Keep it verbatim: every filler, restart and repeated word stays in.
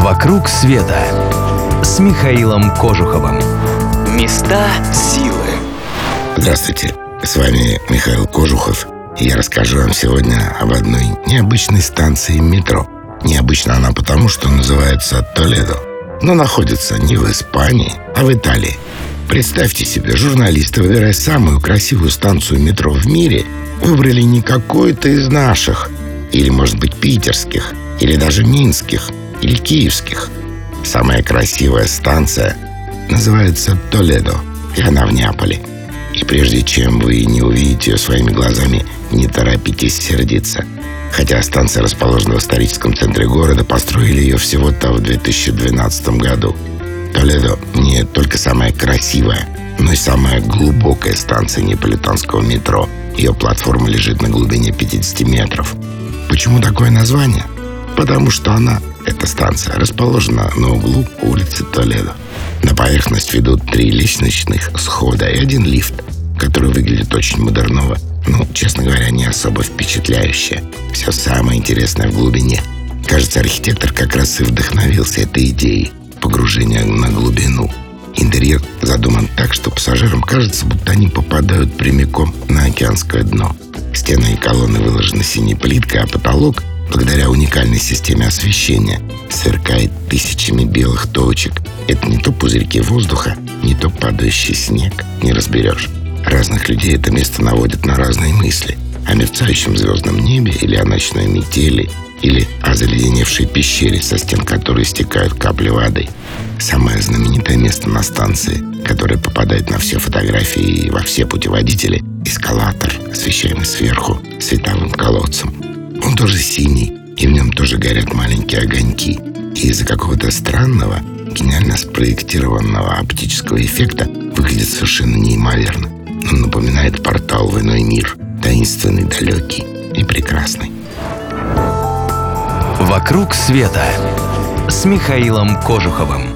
«Вокруг света» с Михаилом Кожуховым. Места силы. Здравствуйте, с вами Михаил Кожухов, и я расскажу вам сегодня об одной необычной станции метро. Необычна она потому, что называется Толедо, но находится не в Испании, а в Италии. Представьте себе, журналисты, выбирая самую красивую станцию метро в мире, выбрали не какую-то из наших, или, может быть, питерских, или даже минских, или киевских. Самая красивая станция называется Толедо, и она в Неаполе. И прежде чем вы не увидите ее своими глазами, не торопитесь сердиться. Хотя станция расположена в историческом центре города, построили ее всего-то в две тысячи двенадцатом году. Толедо не только самая красивая, но и самая глубокая станция неаполитанского метро. Ее платформа лежит на глубине пятьдесят метров. Почему такое название? Потому что она, эта станция, расположена на углу улицы Толедо. На поверхность ведут три лестничных схода и один лифт, который выглядит очень модерново, но, честно говоря, не особо впечатляюще. Все самое интересное в глубине. Кажется, архитектор как раз и вдохновился этой идеей погружения на глубину. Интерьер задуман так, что пассажирам кажется, будто они попадают прямиком на океанское дно. Стены и колонны выложены синей плиткой, а потолок, благодаря уникальной системе освещения, сверкает тысячами белых точек. Это не то пузырьки воздуха, не то падающий снег, не разберешь. Разных людей это место наводит на разные мысли. О мерцающем звездном небе, или о ночной метели, или о заледеневшей пещере, со стен которой стекают капли воды. Самое знаменитое место на станции, которое попадает на все фотографии и во все путеводители — эскалатор, освещаемый сверху световым колодцем. Он тоже синий, и в нем тоже горят маленькие огоньки. И из-за какого-то странного, гениально спроектированного оптического эффекта выглядит совершенно неимоверно. Он напоминает портал в иной мир, таинственный, далекий и прекрасный. «Вокруг света» с Михаилом Кожуховым.